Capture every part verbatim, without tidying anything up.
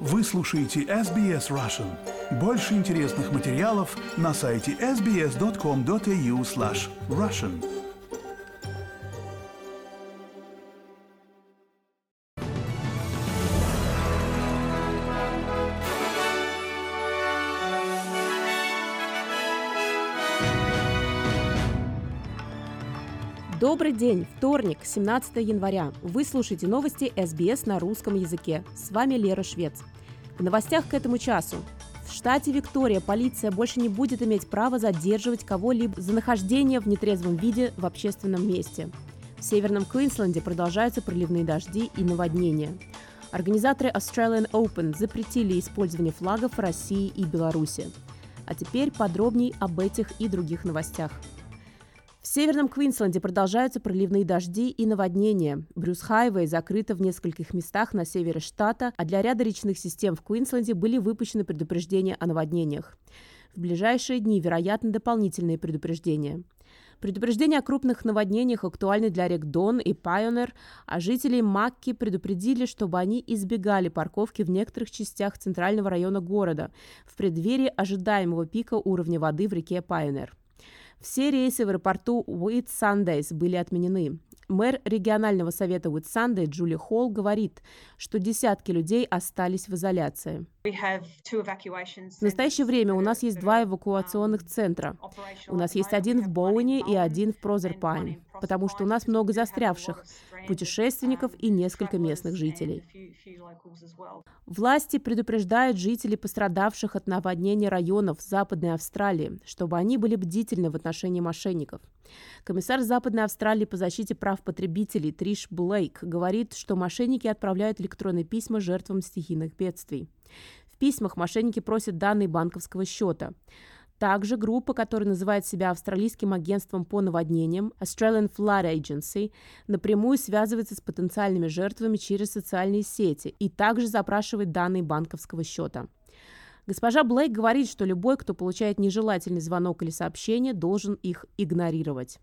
Вы слушаете эс би эс Russian. Больше интересных материалов на сайте эс би эс точка ком точка эй ю слэш Russian. Добрый день! Вторник, семнадцатое января. Вы слушаете новости эс би эс на русском языке. С вами Лера Швец. В новостях к этому часу. В штате Виктория полиция больше не будет иметь права задерживать кого-либо за нахождение в нетрезвом виде в общественном месте. В северном Квинсленде продолжаются проливные дожди и наводнения. Организаторы Australian Open запретили использование флагов России и Беларуси. А теперь подробней об этих и других новостях. В северном Квинсленде продолжаются проливные дожди и наводнения. Брюс-Хайвей закрыта в нескольких местах на севере штата, а для ряда речных систем в Квинсленде были выпущены предупреждения о наводнениях. В ближайшие дни вероятны дополнительные предупреждения. Предупреждения о крупных наводнениях актуальны для рек Дон и Пайонер, а жителей Макки предупредили, чтобы они избегали парковки в некоторых частях центрального района города в преддверии ожидаемого пика уровня воды в реке Пайонер. Все рейсы в аэропорту Уитсандейс были отменены. Мэр регионального совета Уитсандей Джули Холл говорит, что десятки людей остались в изоляции. В настоящее время у нас есть два эвакуационных центра. У нас есть один в Боуэне и один в Прозерпайн, потому что у нас много застрявших путешественников и несколько местных жителей. Власти предупреждают жителей, пострадавших от наводнения районов Западной Австралии, чтобы они были бдительны в отношении мошенников. Комиссар Западной Австралии по защите прав потребителей Триш Блейк говорит, что мошенники отправляют электронные письма жертвам стихийных бедствий. В письмах мошенники просят данные банковского счета. Также группа, которая называет себя австралийским агентством по наводнениям Australian Flood Agency, напрямую связывается с потенциальными жертвами через социальные сети и также запрашивает данные банковского счета. Госпожа Блейк говорит, что любой, кто получает нежелательный звонок или сообщение, должен их игнорировать.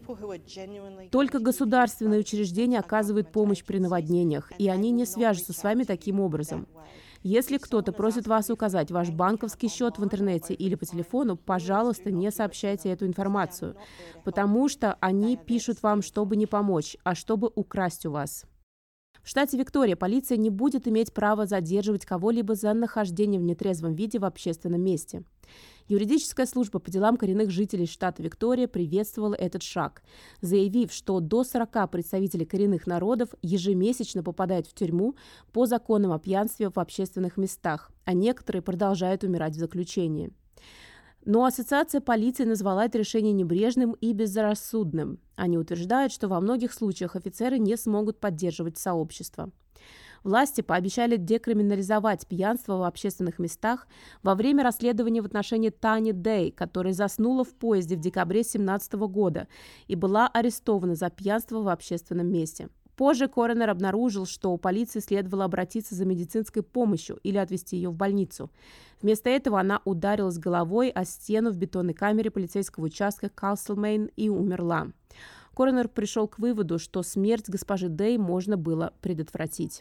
Только государственные учреждения оказывают помощь при наводнениях, и они не свяжутся с вами таким образом. Если кто-то просит вас указать ваш банковский счет в интернете или по телефону, пожалуйста, не сообщайте эту информацию, потому что они пишут вам, чтобы не помочь, а чтобы украсть у вас. В штате Виктория полиция не будет иметь права задерживать кого-либо за нахождение в нетрезвом виде в общественном месте. Юридическая служба по делам коренных жителей штата Виктория приветствовала этот шаг, заявив, что до сорока представителей коренных народов ежемесячно попадают в тюрьму по законам о пьянстве в общественных местах, а некоторые продолжают умирать в заключении. Но ассоциация полиции назвала это решение небрежным и безрассудным. Они утверждают, что во многих случаях офицеры не смогут поддерживать сообщество. Власти пообещали декриминализовать пьянство в общественных местах во время расследования в отношении Тани Дэй, которая заснула в поезде в декабре две тысячи семнадцатого года и была арестована за пьянство в общественном месте. Позже коронер обнаружил, что у полиции следовало обратиться за медицинской помощью или отвезти ее в больницу. Вместо этого она ударилась головой о стену в бетонной камере полицейского участка Кастлмейн и умерла. Коронер пришел к выводу, что смерть госпожи Дэй можно было предотвратить.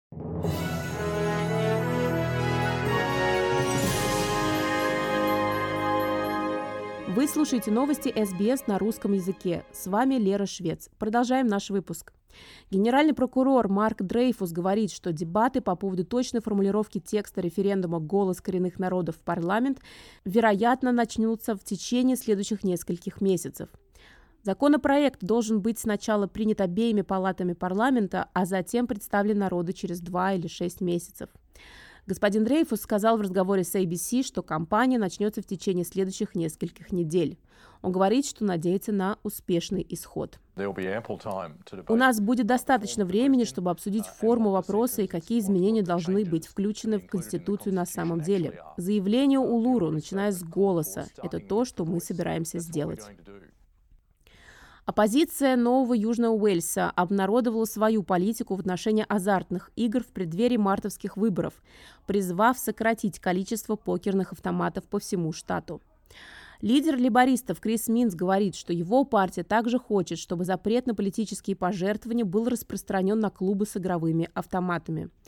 Вы слушаете новости эс би эс на русском языке. С вами Лера Швец. Продолжаем наш выпуск. Генеральный прокурор Марк Дрейфус говорит, что дебаты по поводу точной формулировки текста референдума «Голос коренных народов» в парламент, вероятно, начнутся в течение следующих нескольких месяцев. Законопроект должен быть сначала принят обеими палатами парламента, а затем представлен народу через два или шесть месяцев. Господин Дрейфус сказал в разговоре с эй би си, что кампания начнется в течение следующих нескольких недель. Он говорит, что надеется на успешный исход. У нас будет достаточно времени, чтобы обсудить форму вопроса и какие изменения должны быть включены в Конституцию на самом деле. Заявление Улуру, начиная с голоса, это то, что мы собираемся сделать. Оппозиция Нового Южного Уэльса обнародовала свою политику в отношении азартных игр в преддверии мартовских выборов, призвав сократить количество покерных автоматов по всему штату. Лидер лейбористов Крис Минс говорит, что его партия также хочет, чтобы запрет на политические пожертвования был распространен на клубы с игровыми автоматами.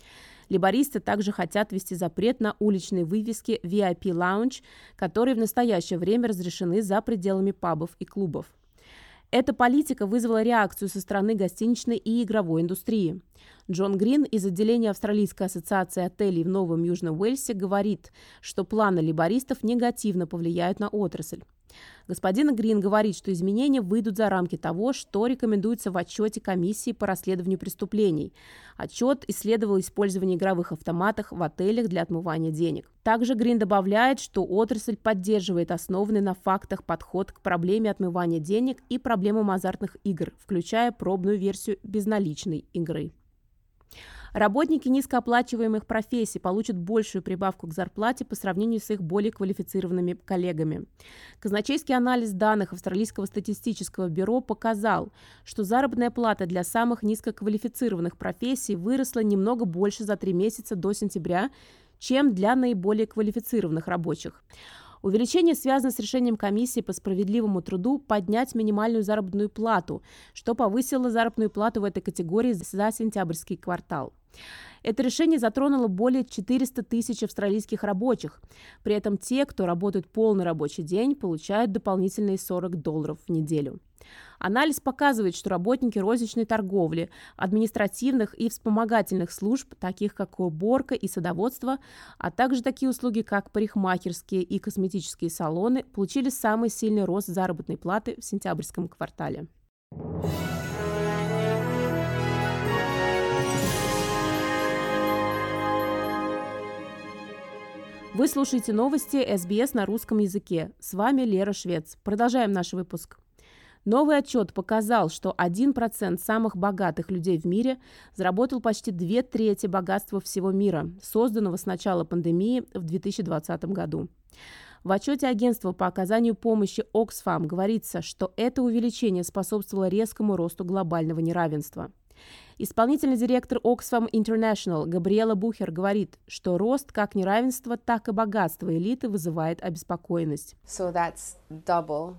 Лейбористы также хотят ввести запрет на уличные вывески ви ай пи Lounge, которые в настоящее время разрешены за пределами пабов и клубов. Эта политика вызвала реакцию со стороны гостиничной и игровой индустрии. Джон Грин из отделения Австралийской ассоциации отелей в Новом Южном Уэльсе говорит, что планы лейбористов негативно повлияют на отрасль. Господин Грин говорит, что изменения выйдут за рамки того, что рекомендуется в отчете комиссии по расследованию преступлений. Отчет исследовал использование игровых автоматов в отелях для отмывания денег. Также Грин добавляет, что отрасль поддерживает основанный на фактах подход к проблеме отмывания денег и проблемам азартных игр, включая пробную версию безналичной игры. Работники низкооплачиваемых профессий получат большую прибавку к зарплате по сравнению с их более квалифицированными коллегами. Казначейский анализ данных Австралийского статистического бюро показал, что заработная плата для самых низкоквалифицированных профессий выросла немного больше за три месяца до сентября, чем для наиболее квалифицированных рабочих. Увеличение связано с решением комиссии по справедливому труду поднять минимальную заработную плату, что повысило заработную плату в этой категории за сентябрьский квартал. Это решение затронуло более четырёхсот тысяч австралийских рабочих. При этом те, кто работает полный рабочий день, получают дополнительные сорок долларов в неделю. Анализ показывает, что работники розничной торговли, административных и вспомогательных служб, таких как уборка и садоводство, а также такие услуги, как парикмахерские и косметические салоны, получили самый сильный рост заработной платы в сентябрьском квартале. Вы слушаете новости эс би эс на русском языке. С вами Лера Швец. Продолжаем наш выпуск. Новый отчет показал, что один процент самых богатых людей в мире заработал почти две трети богатства всего мира, созданного с начала пандемии в две тысячи двадцатом году. В отчете агентства по оказанию помощи Oxfam говорится, что это увеличение способствовало резкому росту глобального неравенства. Исполнительный директор Oxfam International Габриэла Бухер говорит, что рост как неравенства, так и богатства элиты вызывает обеспокоенность. So that's double.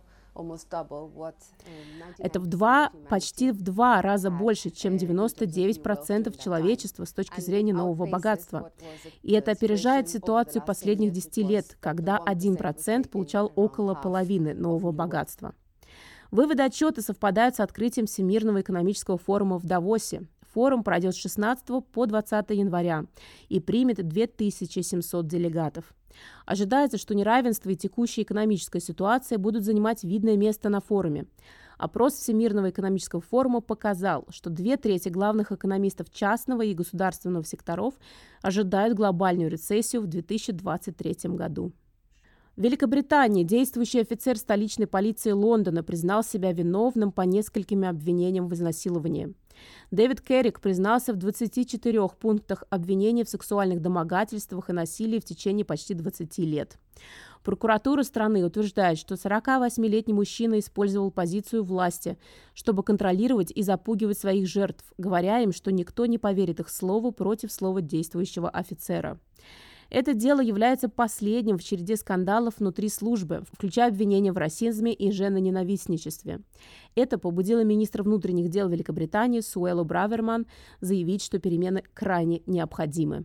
Это в два, почти в два раза больше, чем девяносто девять процентов человечества с точки зрения нового богатства. И это опережает ситуацию последних десяти лет, когда один процент получал около половины нового богатства. Выводы отчета совпадают с открытием Всемирного экономического форума в Давосе. Форум пройдет с шестнадцатого по двадцатое января и примет две тысячи семьсот делегатов. Ожидается, что неравенство и текущая экономическая ситуация будут занимать видное место на форуме. Опрос Всемирного экономического форума показал, что две трети главных экономистов частного и государственного секторов ожидают глобальную рецессию в две тысячи двадцать третьем году. В Великобритании действующий офицер столичной полиции Лондона признал себя виновным по нескольким обвинениям в изнасиловании. Дэвид Керрик признался в двадцати четырёх пунктах обвинений в сексуальных домогательствах и насилии в течение почти двадцати лет. Прокуратура страны утверждает, что сорокавосьмилетний мужчина использовал позицию власти, чтобы контролировать и запугивать своих жертв, говоря им, что никто не поверит их слову против слова действующего офицера. Это дело является последним в череде скандалов внутри службы, включая обвинения в расизме и женоненавистничестве. Это побудило министра внутренних дел Великобритании Суэллу Браверман заявить, что перемены крайне необходимы.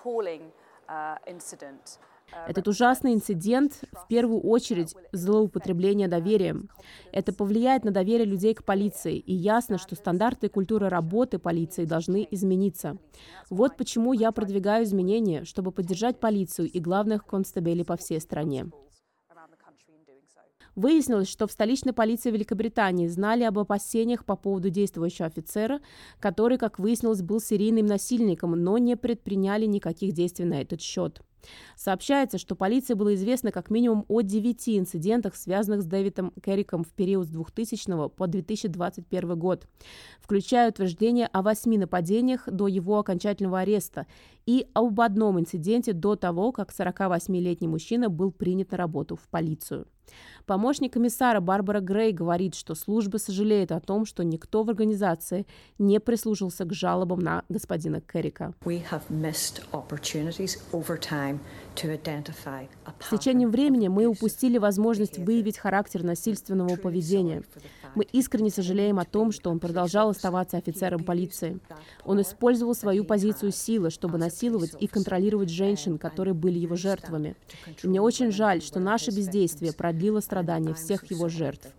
Этот ужасный инцидент в первую очередь злоупотребление доверием. Это повлияет на доверие людей к полиции, и ясно, что стандарты и культура работы полиции должны измениться. Вот почему я продвигаю изменения, чтобы поддержать полицию и главных констебелей по всей стране. Выяснилось, что в столичной полиции Великобритании знали об опасениях по поводу действующего офицера, который, как выяснилось, был серийным насильником, но не предприняли никаких действий на этот счет. Сообщается, что полиции было известно как минимум о девяти инцидентах, связанных с Дэвидом Керриком в период с двухтысячного по две тысячи двадцать первый год, включая утверждение о восьми нападениях до его окончательного ареста и об одном инциденте до того, как сорокавосьмилетний мужчина был принят на работу в полицию. Помощник комиссара Барбара Грей говорит, что служба сожалеет о том, что никто в организации не прислушался к жалобам на господина Керрика. С течением времени мы упустили возможность выявить характер насильственного поведения. Мы искренне сожалеем о том, что он продолжал оставаться офицером полиции. Он использовал свою позицию силы, чтобы насиловать и контролировать женщин, которые были его жертвами. И мне очень жаль, что наше бездействие продлило страдания всех его жертв.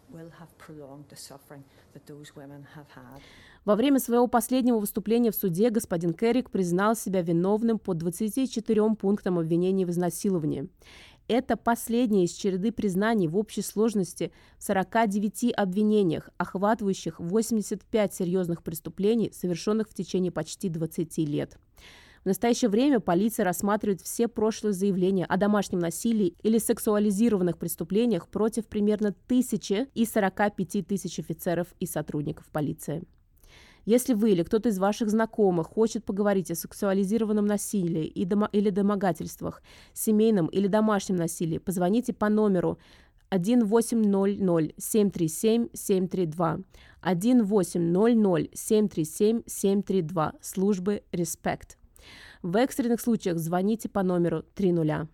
Во время своего последнего выступления в суде господин Керрик признал себя виновным по двадцати четырем пунктам обвинений в изнасиловании. Это последнее из череды признаний в общей сложности в сорока девяти обвинениях, охватывающих восемьдесят пять серьезных преступлений, совершенных в течение почти двадцати лет. В настоящее время полиция рассматривает все прошлые заявления о домашнем насилии или сексуализированных преступлениях против примерно тысячи из сорока пяти тысяч офицеров и сотрудников полиции. Если вы или кто-то из ваших знакомых хочет поговорить о сексуализированном насилии и дома- или домогательствах, семейном или домашнем насилии, позвоните по номеру один восемь ноль ноль семь три семь семь три два, один восемь ноль ноль семь три семь семь три два службы «Респект». В экстренных случаях звоните по номеру три нуля.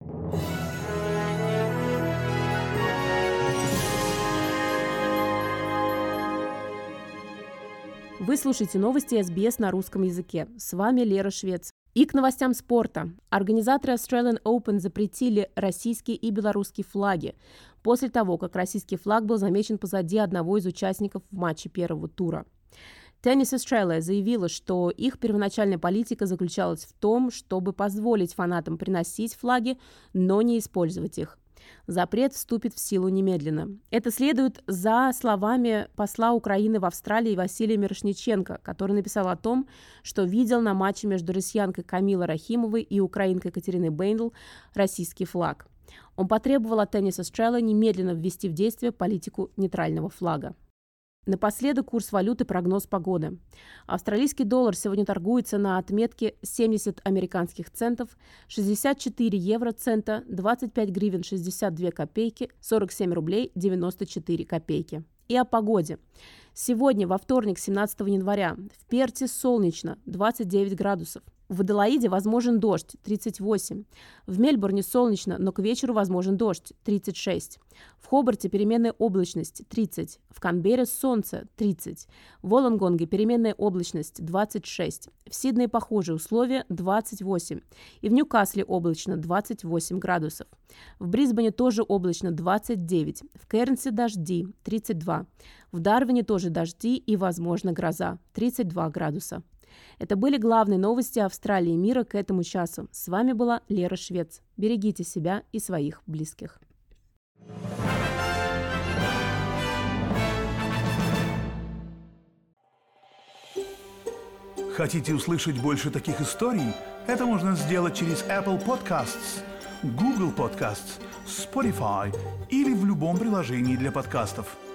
Вы слушаете новости эс би эс на русском языке. С вами Лера Швец. И к новостям спорта. Организаторы Australian Open запретили российские и белорусские флаги после того, как российский флаг был замечен позади одного из участников в матче первого тура. Tennis Australia заявила, что их первоначальная политика заключалась в том, чтобы позволить фанатам приносить флаги, но не использовать их. Запрет вступит в силу немедленно. Это следует за словами посла Украины в Австралии Василия Мирошниченко, который написал о том, что видел на матче между россиянкой Камилой Рахимовой и украинкой Катериной Бейндл российский флаг. Он потребовал от Tennis Australia немедленно ввести в действие политику нейтрального флага. Напоследок курс валюты, прогноз погоды. Австралийский доллар сегодня торгуется на отметке семьдесят американских центов, шестьдесят четыре евроцента, двадцать пять гривен шестьдесят две копейки, сорок семь рублей девяносто четыре копейки. И о погоде. Сегодня, во вторник, семнадцатого января, в Перте солнечно, двадцать девять градусов. В Аделаиде возможен дождь, тридцать восемь. В Мельбурне солнечно, но к вечеру возможен дождь, тридцать шесть. В Хобарте переменная облачность, тридцать. В Канберре солнце, тридцать. В Волонгонге переменная облачность, двадцать шесть. В Сиднее похожие условия, двадцать восемь. И в Ньюкасле облачно, двадцать восемь градусов. В Брисбене тоже облачно, двадцать девять. В Кернсе дожди, тридцать два. В Дарвине тоже дожди и, возможно, гроза, тридцать два градуса. Это были главные новости Австралии и мира к этому часу. С вами была Лера Швец. Берегите себя и своих близких. Хотите услышать больше таких историй? Это можно сделать через Apple Podcasts, Google Podcasts, Spotify или в любом приложении для подкастов.